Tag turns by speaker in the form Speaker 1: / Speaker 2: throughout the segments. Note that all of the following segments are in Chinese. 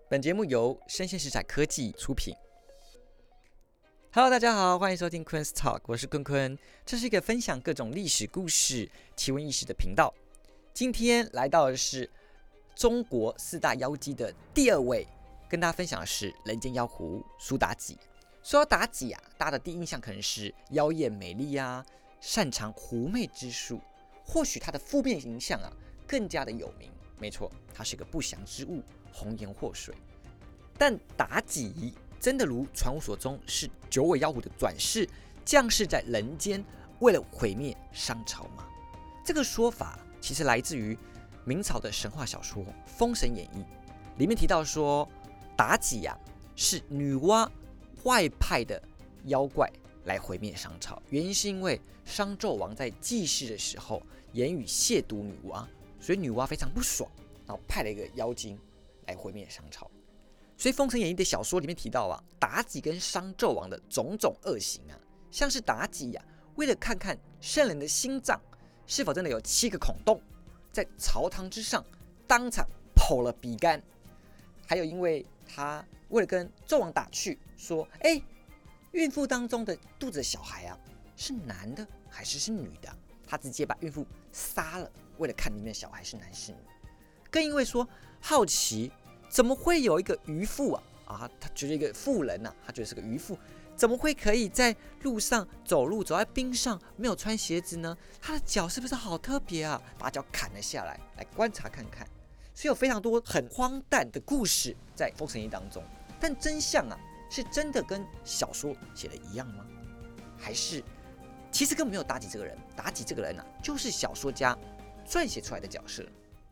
Speaker 1: 本节目由生鲜食材科技出品。Hello， 大家好，欢迎收听 Queen's Talk， 我是坤坤，这是一个分享各种历史故事、奇闻异事的频道。今天来到的是中国四大妖姬的第二位，跟大家分享的是人间妖狐苏妲己。说到妲己啊，大家的第一印象可能是妖艳美丽啊，擅长狐媚之术。或许她的负面形象啊更加的有名。没错，她是个不祥之物，红颜祸水。但妲己真的如传闻所中是九尾妖狐的转世，降世在人间，为了毁灭商朝吗？这个说法其实来自于明朝的神话小说《封神演义》，里面提到说，妲己啊是女娲外派的妖怪来毁灭商朝，原因是因为商纣王在祭祀的时候言语亵渎女娲，所以女娲非常不爽，然后派了一个妖精来毁灭商朝。所以《封神演义》的小说里面提到啊，妲己跟商纣王的种种恶行啊，像是妲己啊，为了看看圣人的心脏是否真的有7个孔洞，在朝堂之上当场剖了比干。还有因为她为了跟纣王打趣，说：“孕妇当中的肚子的小孩啊，是男的还是女的？”她直接把孕妇杀了，为了看里面的小孩是男是女。更因为说好奇，怎么会有一个渔夫啊，他觉得一个妇人啊，他觉得是个渔夫，怎么会可以在路上走在冰上，没有穿鞋子呢？他的脚是不是好特别啊？把脚砍了下来，来观察看看。所以有非常多很荒诞的故事在《封神演义》当中，但真相啊，是真的跟小说写的一样吗？还是其实根本没有妲己这个人？妲己这个人啊，就是小说家撰写出来的角色。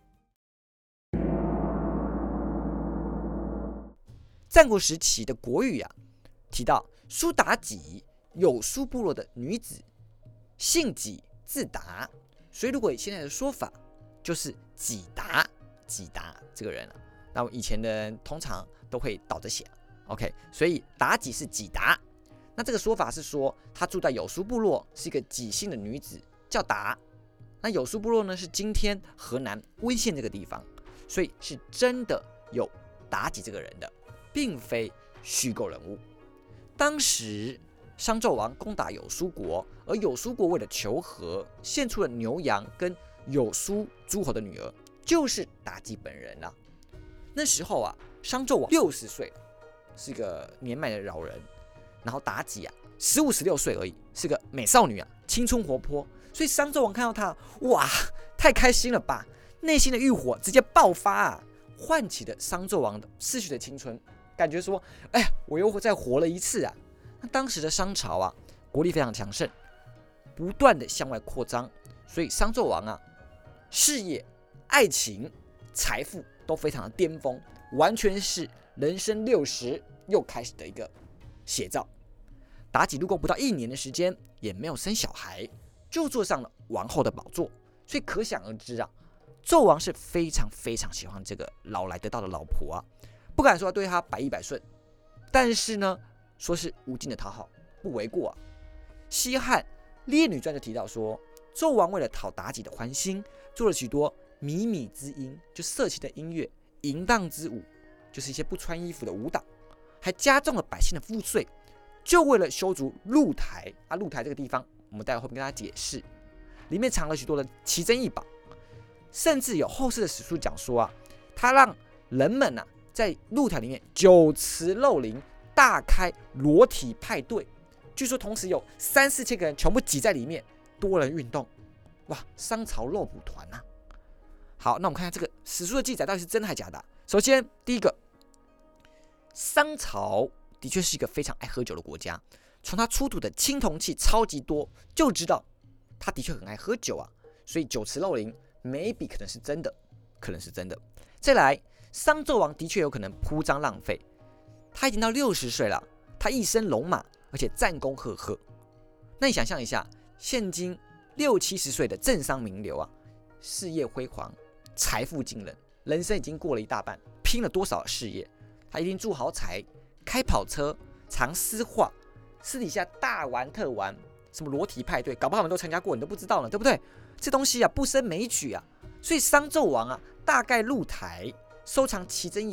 Speaker 1: 战国时期的国语啊，提到苏妲己，有苏部落的女子，姓己，字妲，所以如果以现在的说法，就是己妲。己妲这个人啊，那以前的人通常都会倒着写 ，OK， 所以妲己是己妲。那这个说法是说，她住在有苏部落，是一个己姓的女子，叫妲。那有苏部落呢，是今天河南温县这个地方，所以是真的有妲己这个人的，并非虚构人物。当时商纣王攻打有苏国，而有苏国为了求和，献出了牛羊跟有苏诸侯的女儿，就是妲己本人啦。那时候啊，商纣王60岁了，是一个年迈的老人。然后妲己啊，15、16岁而已，是个美少女啊，青春活泼。所以商纣王看到她，哇，太开心了吧！内心的欲火直接爆发啊，唤起了商纣王的逝去的青春，感觉说，我又再活了一次啊。那当时的商朝啊，国力非常强盛，不断的向外扩张，所以商纣王啊，事业、爱情、财富都非常的巅峰，完全是人生60又开始的一个写照。妲己入宫不到1年的时间，也没有生小孩，就坐上了王后的宝座，所以可想而知啊，纣王是非常非常喜欢这个老来得到的老婆啊，不敢说对她百依百顺，但是呢，说是无尽的讨好，不为过啊。西汉《列女传》就提到说，纣王为了讨妲己的欢心，做了许多靡靡之音，就色情的音乐，淫荡之舞，就是一些不穿衣服的舞蹈，还加重了百姓的赋税，就为了修筑露台啊。露台这个地方，我们待会会跟大家解释，里面藏了许多的奇珍异宝，甚至有后世的史书讲说啊，他让人们啊在露台里面酒池肉林，大开裸体派对，据说同时有3、4千个人全部挤在里面，多人运动，哇，商朝肉蒲团啊！好，那我们看一下这个史书的记载到底是真的还是假的。首先，第一个，商朝的确是一个非常爱喝酒的国家，从他出土的青铜器超级多，就知道他的确很爱喝酒啊，所以酒池肉林 maybe 可能是真的，可能是真的。再来，商纣王的确有可能铺张浪费，他已经到60岁了，他一身龙马，而且战功赫赫。那你想象一下，现今60、70岁的政商名流啊，事业辉煌，财富惊人，人生已经过了一大半，拼了多少事业？他一定住豪宅，开跑车，藏私画，私底下大玩特玩，什么裸体派对，搞不好我们都参加过，你都不知道呢，对不对？这东西啊，不胜枚举啊。所以商纣王啊，大概露台收藏奇珍异宝，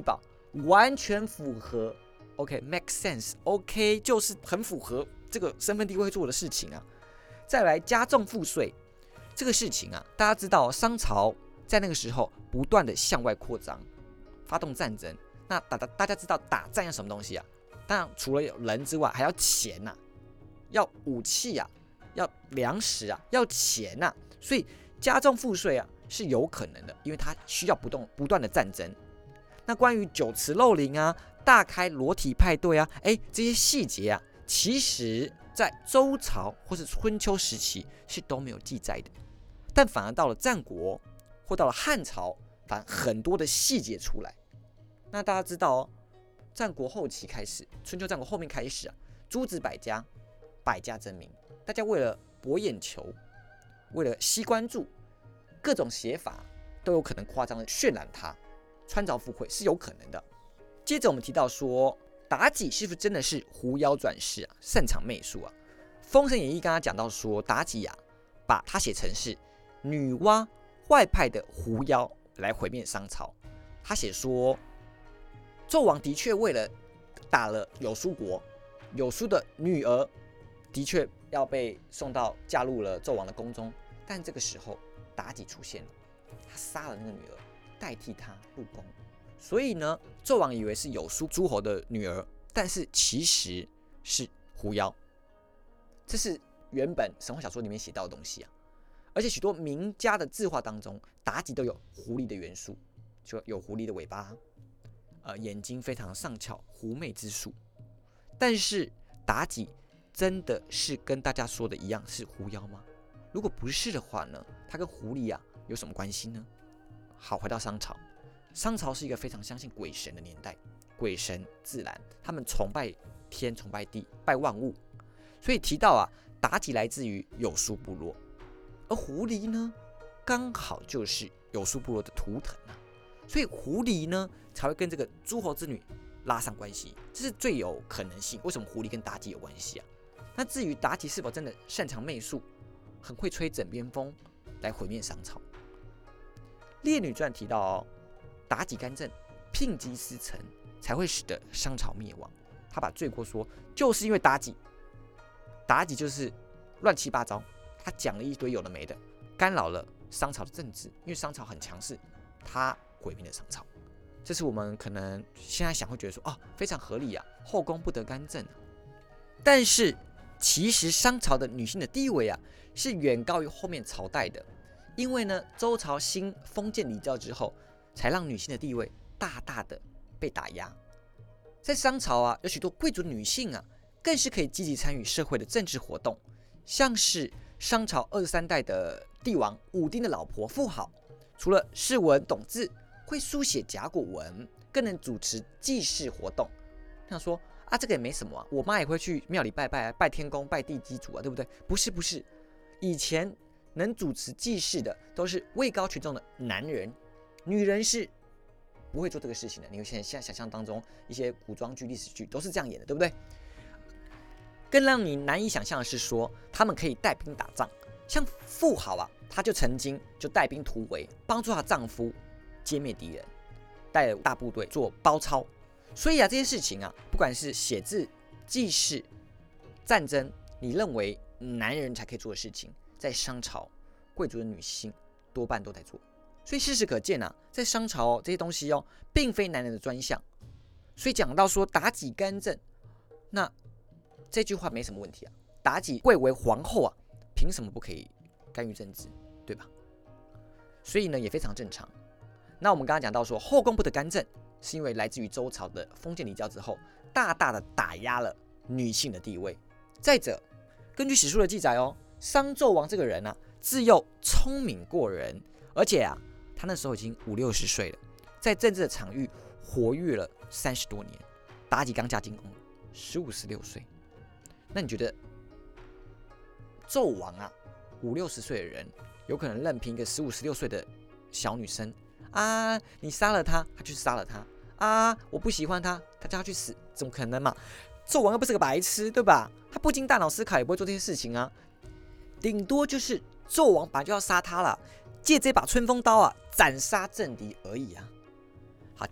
Speaker 1: 完全符合 OK，make sense，OK，就是很符合这个身份地位会做的事情啊。再来加重赋税这个事情啊，大家知道商朝在那个时候不断的向外扩张，发动战争。那大家知道打仗要什么东西啊？当然除了有人之外，还要钱呐、要武器啊，要粮食啊，要钱呐、所以加重赋税啊是有可能的，因为它需要不断的战争。那关于酒池肉林啊、大开裸体派对啊，这些细节啊，其实在周朝或是春秋时期是都没有记载的，但反而到了战国或到了汉朝，反而很多的细节出来。那大家知道战国后期开始，春秋战国后面开始啊，诸子百家，百家争鸣，大家为了博眼球，为了吸关注，各种写法都有可能夸张的渲染它，穿凿附会是有可能的。接着我们提到说，妲己是不是真的是狐妖转世啊，擅长媚术啊？《封神演义》刚刚讲到说，妲己啊，把它写成是女娲外派的狐妖来毁灭商朝。他写说，纣王的确为了打了有苏国，有苏的女儿的确要被送到嫁入了纣王的宫中，但这个时候妲己出现了，他杀了那个女儿，代替她入宫。所以呢，纣王以为是有苏诸侯的女儿，但是其实是狐妖。这是原本神话小说里面写到的东西啊。而且许多名家的字画当中，妲己都有狐狸的元素，就有狐狸的尾巴，眼睛非常上翘，狐媚之术。但是妲己真的是跟大家说的一样是狐妖吗？如果不是的话呢，它跟狐狸啊有什么关系呢？好，回到商朝，商朝是一个非常相信鬼神的年代，鬼神自然，他们崇拜天，崇拜地，拜万物。所以提到啊，妲己来自于有苏部落，而狐狸呢，刚好就是有苏部落的图腾啊，所以狐狸呢才会跟这个诸侯之女拉上关系，这是最有可能性。为什么狐狸跟妲己有关系啊？那至于妲己是否真的擅长媚术，很会吹枕边风来毁灭商朝？《列女传》提到妲己干政，牝鸡司晨，才会使得商朝灭亡。他把罪过说，就是因为妲己就是乱七八糟，他讲了一堆有的没的，干扰了商朝的政治，因为商朝很强势，他毁灭了商朝。这是我们可能现在想会觉得说，非常合理啊，后宫不得干政啊。但是其实商朝的女性的地位啊，是远高于后面朝代的，因为呢，周朝兴封建礼教之后，才让女性的地位大大的被打压。在商朝啊，有许多贵族女性啊，更是可以积极参与社会的政治活动，像是商朝23代的帝王武丁的老婆妇好，除了识文懂字，会书写甲骨文，更能主持祭祀活动。想说这个也没什么啊，我妈也会去庙里拜拜，拜天公、拜地基主啊，对不对？不是，以前能主持祭祀的都是位高权重的男人，女人是不会做这个事情的。你现在想象当中一些古装剧、历史剧都是这样演的，对不对？更让你难以想象的是说，他们可以带兵打仗，像妇好啊，她就曾经就带兵突围，帮助她丈夫歼灭敌人，带了大部队做包抄。所以啊，这些事情啊，不管是写字、祭祀、战争，你认为男人才可以做的事情，在商朝贵族的女性多半都在做。所以事实可见啊，在商朝这些东西并非男人的专项。所以讲到说妲己干政，那这句话没什么问题啊。妲己贵为皇后啊，凭什么不可以干预政治，对吧？所以呢，也非常正常。那我们刚刚讲到说，后宫不得干政，是因为来自于周朝的封建礼教之后，大大的打压了女性的地位。再者，根据史书的记载商纣王这个人啊，自幼聪明过人，而且啊，他那时候已经50-60岁了，在政治的场域活跃了30多年。妲己刚嫁进宫，15-16岁，那你觉得纣王啊，50-60岁的人，有可能任凭一个15-16岁的小女生啊？你杀了她，他就杀了她啊！我不喜欢她，他叫她去死，怎么可能嘛？纣王又不是个白痴，对吧？他不经大脑思考也不会做这些事情啊。顶多就是纣王本来就要杀他了，借这把春风刀啊，斩杀政敌而已啊。好，接着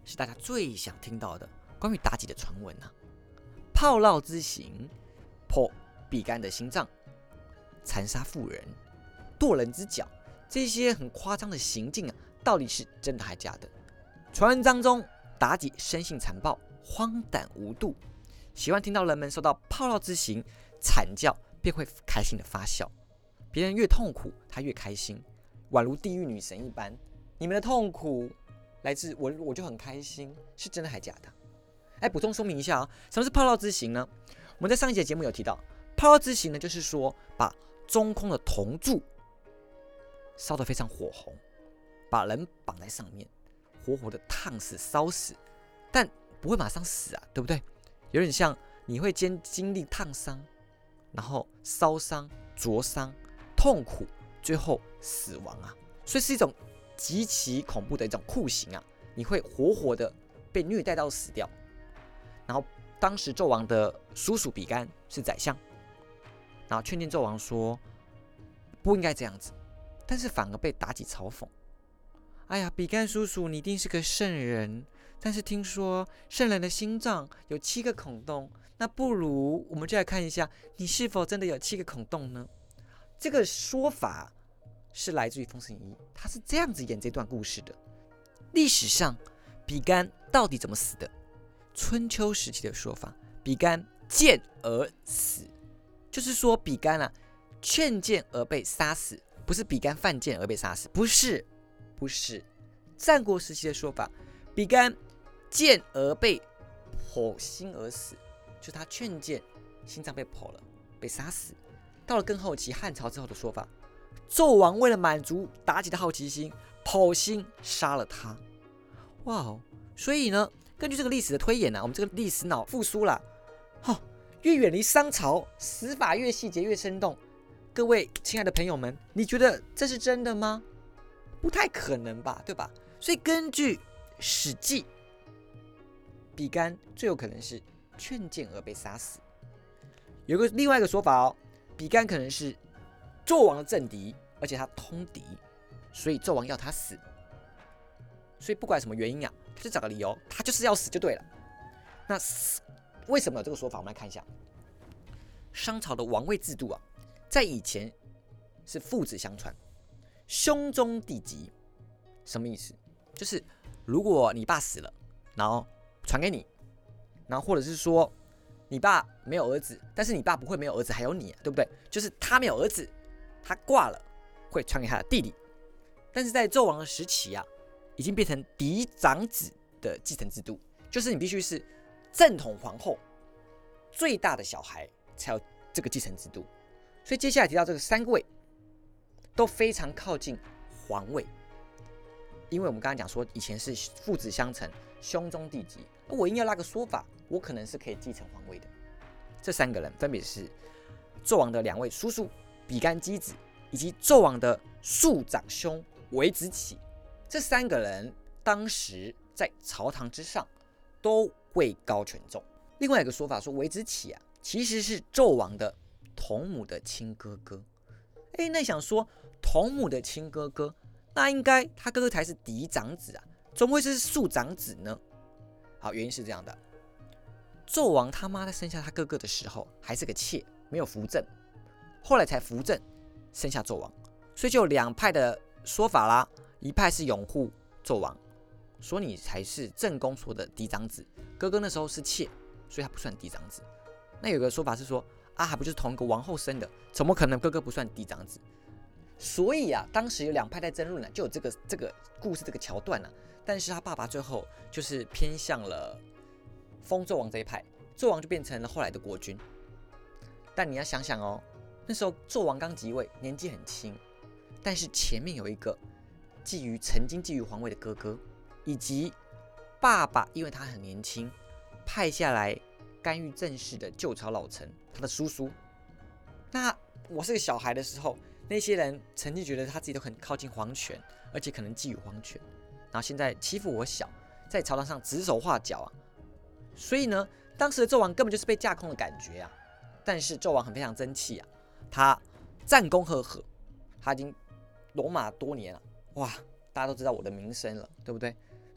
Speaker 1: 是大家最想听到的关于妲己的传闻啊。炮烙之刑，剖比干的心脏，残杀妇人，剁人之脚，这些很夸张的行径啊，到底是真的还假的？传闻当中，妲己生性残暴，荒诞无度，喜欢听到人们受到炮烙之刑惨叫，便会开心的发笑。别人越痛苦，她越开心，宛如地狱女神一般。你们的痛苦来自我就很开心，是真的还假的？补充说明一下啊，什么是炮烙之刑呢？我们在上一节节目有提到，炮烙之刑呢，就是说把中空的铜柱烧得非常火红，把人绑在上面，活活的烫死、烧死，但不会马上死啊，对不对？有点像你会经历烫伤，然后烧伤、灼伤、痛苦，最后死亡啊，所以是一种极其恐怖的一种酷刑啊，你会活活的被虐待到死掉。然后当时纣王的叔叔比干是宰相，然后劝谏纣王说不应该这样子，但是反而被妲己嘲讽。哎呀，比干叔叔，你一定是个圣人，但是听说圣人的心脏有7个孔洞，那不如我们就来看一下，你是否真的有7个孔洞呢？这个说法是来自于《封神演义》，他是这样子演这段故事的。历史上，比干到底怎么死的？春秋时期的说法，比干剑而死，就是说比干啊劝谏而被杀死，不是比干犯贱而被杀死，不是。战国时期的说法，比干剑而被剖心而死，就是他劝谏，心脏被剖了，被杀死。到了更后期汉朝之后的说法，纣王为了满足妲己的好奇心，剖心杀了他。哇哦！所以呢，根据这个历史的推演呢，我们这个历史脑复苏了。越远离商朝，死法越细节越生动。各位亲爱的朋友们，你觉得这是真的吗？不太可能吧，对吧？所以根据《史记》，比干最有可能是劝谏而被杀死。有另外一个说法哦，比干可能是纣王的政敌，而且他通敌，所以纣王要他死。所以不管什么原因啊，他就找个理由，他就是要死就对了。那为什么有这个说法？我们来看一下，商朝的王位制度啊，在以前是父子相传，兄终弟及。什么意思？就是如果你爸死了，然后传给你，然后或者是说你爸没有儿子，但是你爸不会没有儿子，还有你啊，对不对？就是他没有儿子，他挂了，会传给他的弟弟。但是在纣王的时期啊，已经变成嫡长子的继承制度，就是你必须是正统皇后最大的小孩才有这个继承制度。所以接下来提到这个3位都非常靠近皇位，因为我们刚刚讲说以前是父子相承，兄终弟及，我硬要拉个说法，我可能是可以继承皇位的。这3个人分别是纣王的2位叔叔比干箕子，以及纣王的庶长兄微子启。这3个人当时在朝堂之上都位高权重。另外一个说法说，微子启啊，其实是纣王的同母的亲哥哥。那想说同母的亲哥哥，那应该他哥哥才是嫡长子啊，怎么会是庶长子呢？好，原因是这样的，纣王他妈在生下他哥哥的时候还是个妾，没有扶正，后来才扶正生下纣王，所以就有2派的说法啦。一派是拥护纣王，说你才是正宫所的嫡长子，哥哥那时候是妾，所以他不算嫡长子。那有个说法是说啊，还不就是同一个王后生的，怎么可能哥哥不算嫡长子？所以啊，当时有2派在争论，就有这个故事这个桥段啊。但是他爸爸最后就是偏向了封纣王这一派，纣王就变成了后来的国君。但你要想想哦，那时候纣王刚即位，年纪很轻，但是前面有一个曾经觊觎皇位的哥哥，以及爸爸因为他很年轻，派下来干预政事的旧朝老臣，他的叔叔。那我是个小孩的时候，那些人曾经觉得他自己都很靠近皇权，而且可能觊觎皇权，然后现在欺负我小，在朝堂上指手画脚啊。所以呢，当时的纣王根本就是被架空的感觉啊。但是纣王非常争气啊，他战功赫赫，他已经戎马多年了，哇，大家都知道我的名声了，对不对？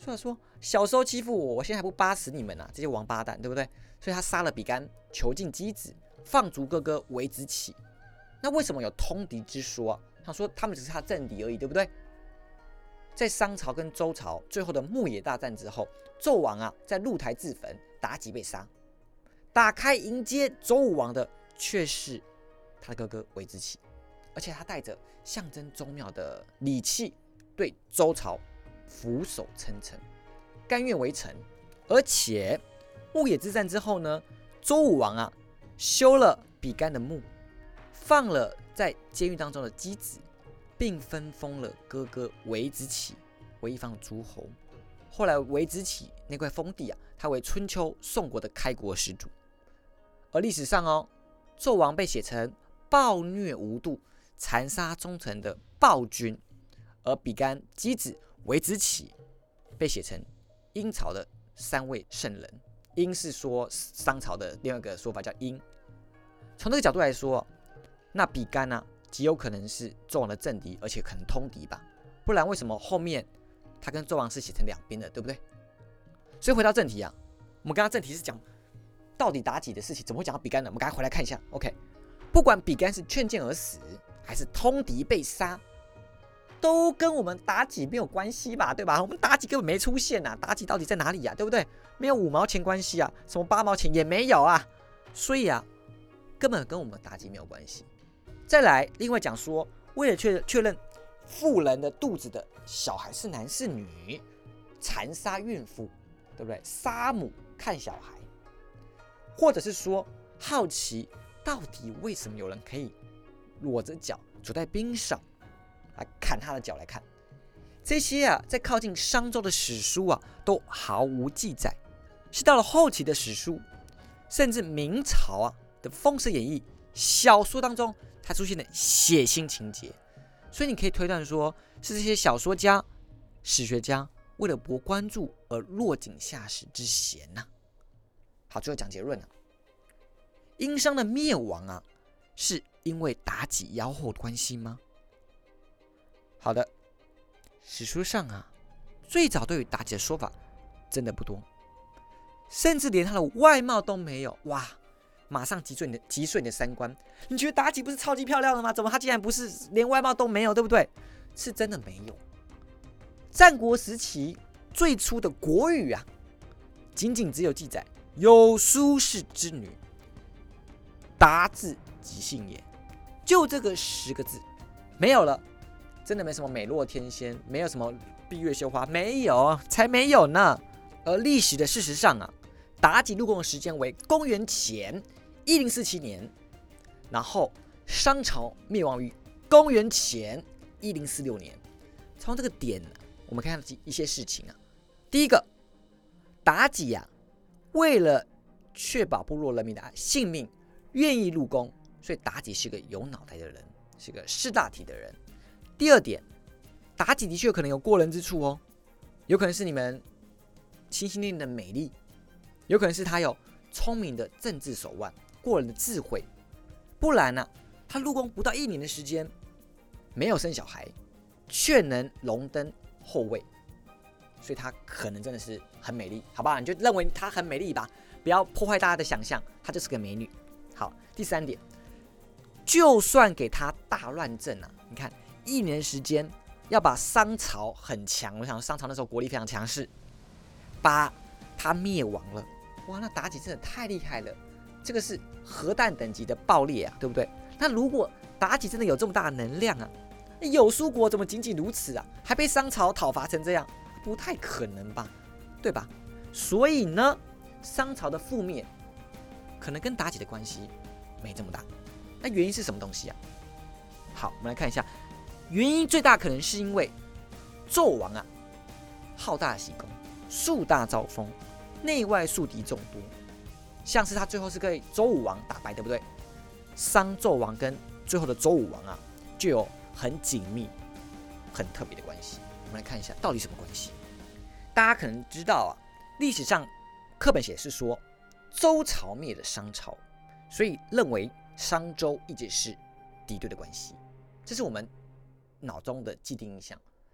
Speaker 1: 所以说小时候欺负我，我现在还不扒死你们啊，这些王八蛋，对不对？所以他杀了比干，囚禁箕子，放逐哥哥为子启。那为什么有通敌之说啊？他说他们只是他政敌而已，对不对？在商朝跟周朝最后的牧野大战之后，纣王啊在露台自焚，妲己被杀。打开迎接周武王的却是他的哥哥为子启，而且他带着象征宗庙的礼器，对周朝俯首称臣，甘愿为臣。而且牧野之战之后呢，周武王啊修了比干的墓，放了在监狱当中的箕子，并分封了哥哥为子启为一方的诸侯。后来为子启那块封地啊，他为春秋宋国的开国始祖。而历史上纣王被写成暴虐无度、残杀忠臣的暴君，而比干、箕子、为子启被写成殷朝的3位圣人。殷是说商朝的另外一个说法叫殷。从这个角度来说，那比干啊极有可能是纣王的政敌，而且可能通敌吧？不然为什么后面他跟纣王是写成两边的，对不对？所以回到正题啊，我们刚刚正题是讲到底妲己的事情，怎么会讲到比干呢？我们赶快回来看一下。OK， 不管比干是劝谏而死，还是通敌被杀，都跟我们妲己没有关系吧？对吧？我们妲己根本没出现啊，妲己到底在哪里啊？对不对？没有5毛钱关系啊，什么8毛钱也没有啊，所以啊，根本跟我们妲己没有关系。再来，另外讲说，为了确认妇人的肚子的小孩是男是女，残杀孕妇，对不对？杀母看小孩，或者是说好奇到底为什么有人可以裸着脚走在冰上来砍他的脚来看，这些啊，在靠近商周的史书啊，都毫无记载。是到了后期的史书，甚至明朝啊的《封神演义》小说当中，才出现的血腥情节。所以你可以推断说，是这些小说家、史学家为了博关注而落井下石之嫌呐。好，最后讲结论了。殷商的灭亡啊，是因为妲己妖后的关系吗？好的，史书上啊，最早对于妲己的说法真的不多，甚至连她的外貌都没有。哇，马上击碎你的三观。你觉得妲己不是超级漂亮的吗？怎么她竟然不是连外貌都没有，对不对？是真的没有。战国时期最初的国语啊，仅只有记载有苏氏之女，妲字即姓也，就这个10个字，没有了。真的没什么美若天仙，没有什么闭月羞花，没有，才没有呢。而历史的事实上啊，妲己入宫的时间为公元前1047年，然后商朝灭亡于公元前1046年。从这个点，我们看到一些事情啊。第一个，妲己啊，为了确保部落人民的性命，愿意入宫，所以妲己是个有脑袋的人，是个识大体的人。第二点，妲己的确可能有过人之处哦，有可能是你们心心念念的美丽，有可能是她有聪明的政治手腕、过人的智慧，不然呢、她入宫不到1年的时间，没有生小孩，却能荣登后位，所以她可能真的是很美丽，好吧？你就认为她很美丽吧，不要破坏大家的想象，她就是个美女。好，第三点，就算给她大乱政啊，你看。1年时间要把商朝很强，我想商朝那时候国力非常强势，把它灭亡了。哇，那妲己真的太厉害了，这个是核弹等级的爆裂啊，对不对？那如果妲己真的有这么大的能量啊，有苏国怎么仅如此啊？还被商朝讨伐成这样，不太可能吧？对吧？所以呢，商朝的覆灭可能跟妲己的关系没这么大。那原因是什么东西啊？好，我们来看一下。原因最大可能是因为纣王啊，好大喜功，树大招风，内外宿敌众多。像是他最后是被周武王打败，对不对？商纣王跟最后的周武王啊，就有很紧密、很特别的关系。我们来看一下到底什么关系。大家可能知道啊，历史上课本写是说周朝灭了商朝，所以认为商周一直是敌对的关系，这是我们脑中的既定印象。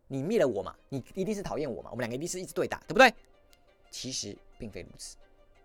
Speaker 1: 你灭了我嘛，你一定是讨厌我嘛，我们两个一定是一直对打，对不对？其实并非如此。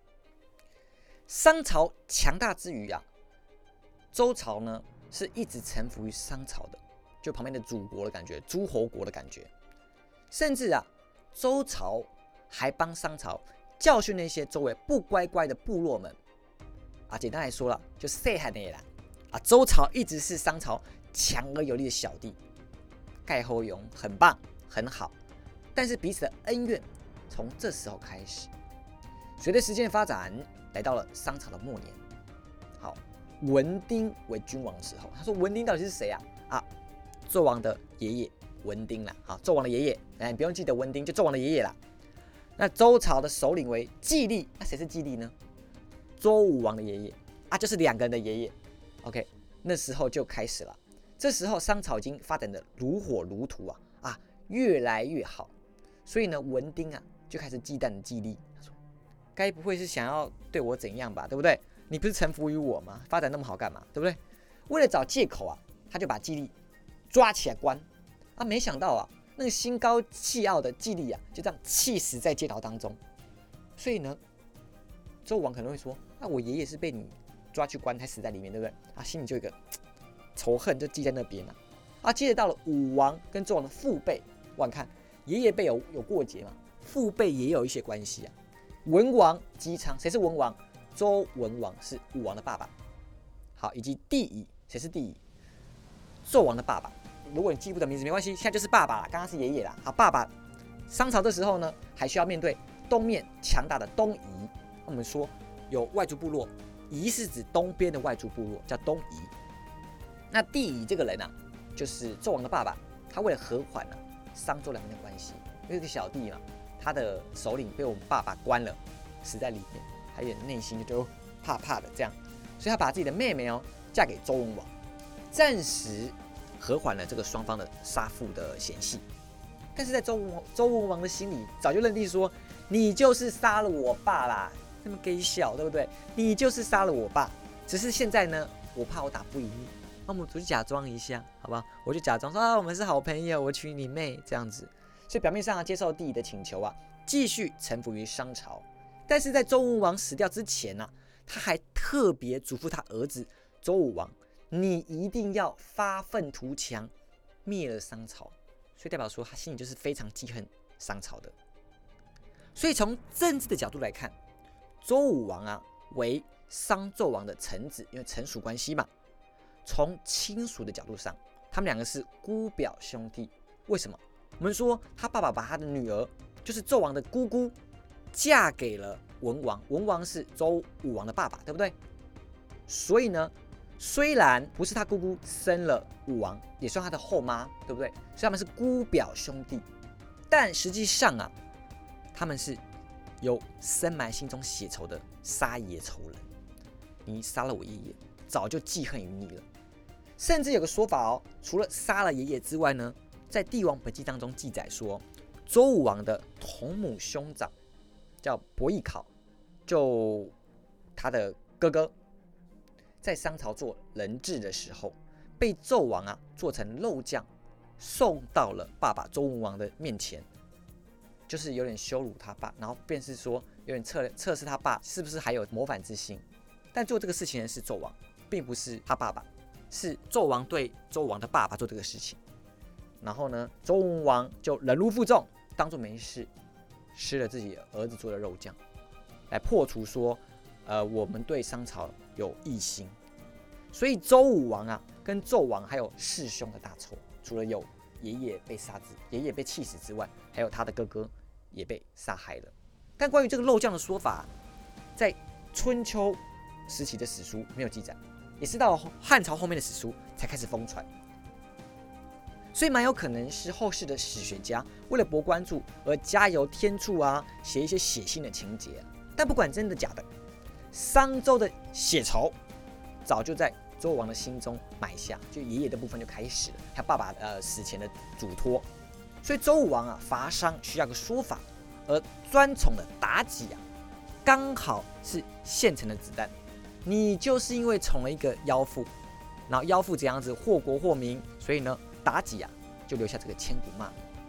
Speaker 1: 商朝强大之余啊，周朝呢是一直臣服于商朝的，就旁边的祖国的感觉，诸侯国的感觉。甚至啊，周朝还帮商朝教训那些周围不乖乖的部落们啊。简单来说了，就细汉的啦啊，周朝一直是商朝强而有力的小弟，盖后勇很棒很好，但是彼此的恩怨从这时候开始。随着时间的发展，来到了商朝的末年。好，文丁为君王的时候，他说文丁到底是谁啊？啊，纣王的爷爷文丁啦。好，纣王的爷爷，你不用记得文丁，就纣王的爷爷啦。那周朝的首领为季历，那谁是季历呢？周武王的爷爷啊，就是两个人的爷爷。OK， 那时候就开始了。这时候商朝已经发展的如火如荼啊，越来越好。所以呢，文丁啊就开始忌惮季历，他说：“该不会是想要对我怎样吧？对不对？你不是臣服于我吗？发展那么好干嘛？对不对？”为了找借口啊，他就把季历抓起来关啊。没想到啊，那个心高气傲的季历啊，就这样气死在街道当中。所以呢，周武王可能会说：“那我爷爷是被你抓去关，才死在里面，对不对？”啊，心里就有一个仇恨就记在那边了。啊，接着到了武王跟纣王的父辈，我看爷爷辈有过节嘛，父辈也有一些关系啊。文王姬昌，谁是文王？周文王是武王的爸爸。好，以及帝乙，谁是帝乙？纣王的爸爸。如果你记不得名字没关系，现在就是爸爸啦，刚刚是爷爷啦。好，爸爸。商朝这时候呢，还需要面对东面强大的东夷。我们说有外族部落，夷是指东边的外族部落，叫东夷。那帝乙这个人啊，就是纣王的爸爸，他为了和缓商周两边的关系，因为这个小弟嘛，他的首领被我们爸爸关了，死在里面，还有点内心就怕怕的这样，所以他把自己的妹妹嫁给周文王，暂时和缓了这个双方的杀父的嫌隙。但是在周文王的心里，早就认定说，你就是杀了我爸啦，那么给笑，对不对？你就是杀了我爸，只是现在呢，我怕我打不赢你，那我们就假装一下，好吧？我就假装说我们是好朋友，我娶你妹这样子。所以表面上接受帝乙的请求继续臣服于商朝。但是在周文王死掉之前他还特别嘱咐他儿子周武王，你一定要发愤图强，灭了商朝。所以代表说他心里就是非常记恨商朝的。所以从政治的角度来看，周武王为商纣王的臣子，因为臣属关系嘛。从亲属的角度上，他们两个是姑表兄弟。为什么？我们说他爸爸把他的女儿，就是纣王的姑姑，嫁给了文王。文王是周武王的爸爸，对不对？所以呢，虽然不是他姑姑生了武王，也算他的后妈，对不对？所以他们是姑表兄弟，但实际上他们是有深埋心中血仇的杀爷仇人。你杀了我爷爷，早就记恨于你了。甚至有个说法除了杀了爷爷之外呢，在《帝王本纪》当中记载说，周武王的同母兄长叫伯邑考，就他的哥哥，在商朝做人质的时候，被纣王做成肉酱，送到了爸爸周文王的面前，就是有点羞辱他爸，然后便是说有点测试他爸是不是还有谋反之心。但做这个事情的是纣王，并不是他爸爸，是纣王对周武王的爸爸做这个事情。然后呢，周文王就忍辱负重，当作没事，吃了自己儿子做的肉酱，来破除说，我们对商朝有异心。所以周武王跟纣王还有弑兄的大仇，除了有爷爷被气死之外，还有他的哥哥也被杀害了。但关于这个肉酱的说法，在春秋时期的史书没有记载，也是到汉朝后面的史书才开始疯传。所以蛮有可能是后世的史学家为了博关注而加油添醋写一些血腥的情节。但不管真的假的，商周的血仇早就在周王的心中埋下，就爷爷的部分就开始了，还有爸爸死前的嘱托。所以周武王伐商需要个说法，而专宠的妲己刚好是现成的子弹。你就是因为宠了一个妖妇，然后妖妇这样子祸国祸民，所以呢，妲己就留下这个千古骂名。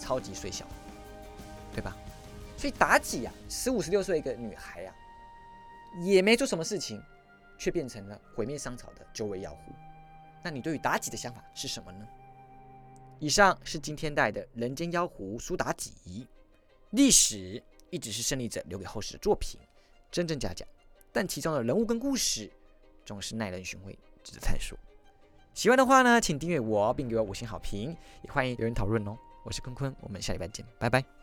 Speaker 1: 超级衰小，对吧？所以妲己啊，15、16岁一个女孩啊，也没做什么事情，却变成了毁灭商朝的九尾妖狐。那你对于妲己的想法是什么呢？以上是今天带的人间妖狐苏妲己。历史一直是胜利者留给后世的作品，真真假假，但其中的人物跟故事总是耐人寻味，值得探索。喜欢的话呢，请订阅我，并给我5星好评，也欢迎留言讨论哦。我是坤坤，我们下礼拜见，拜拜。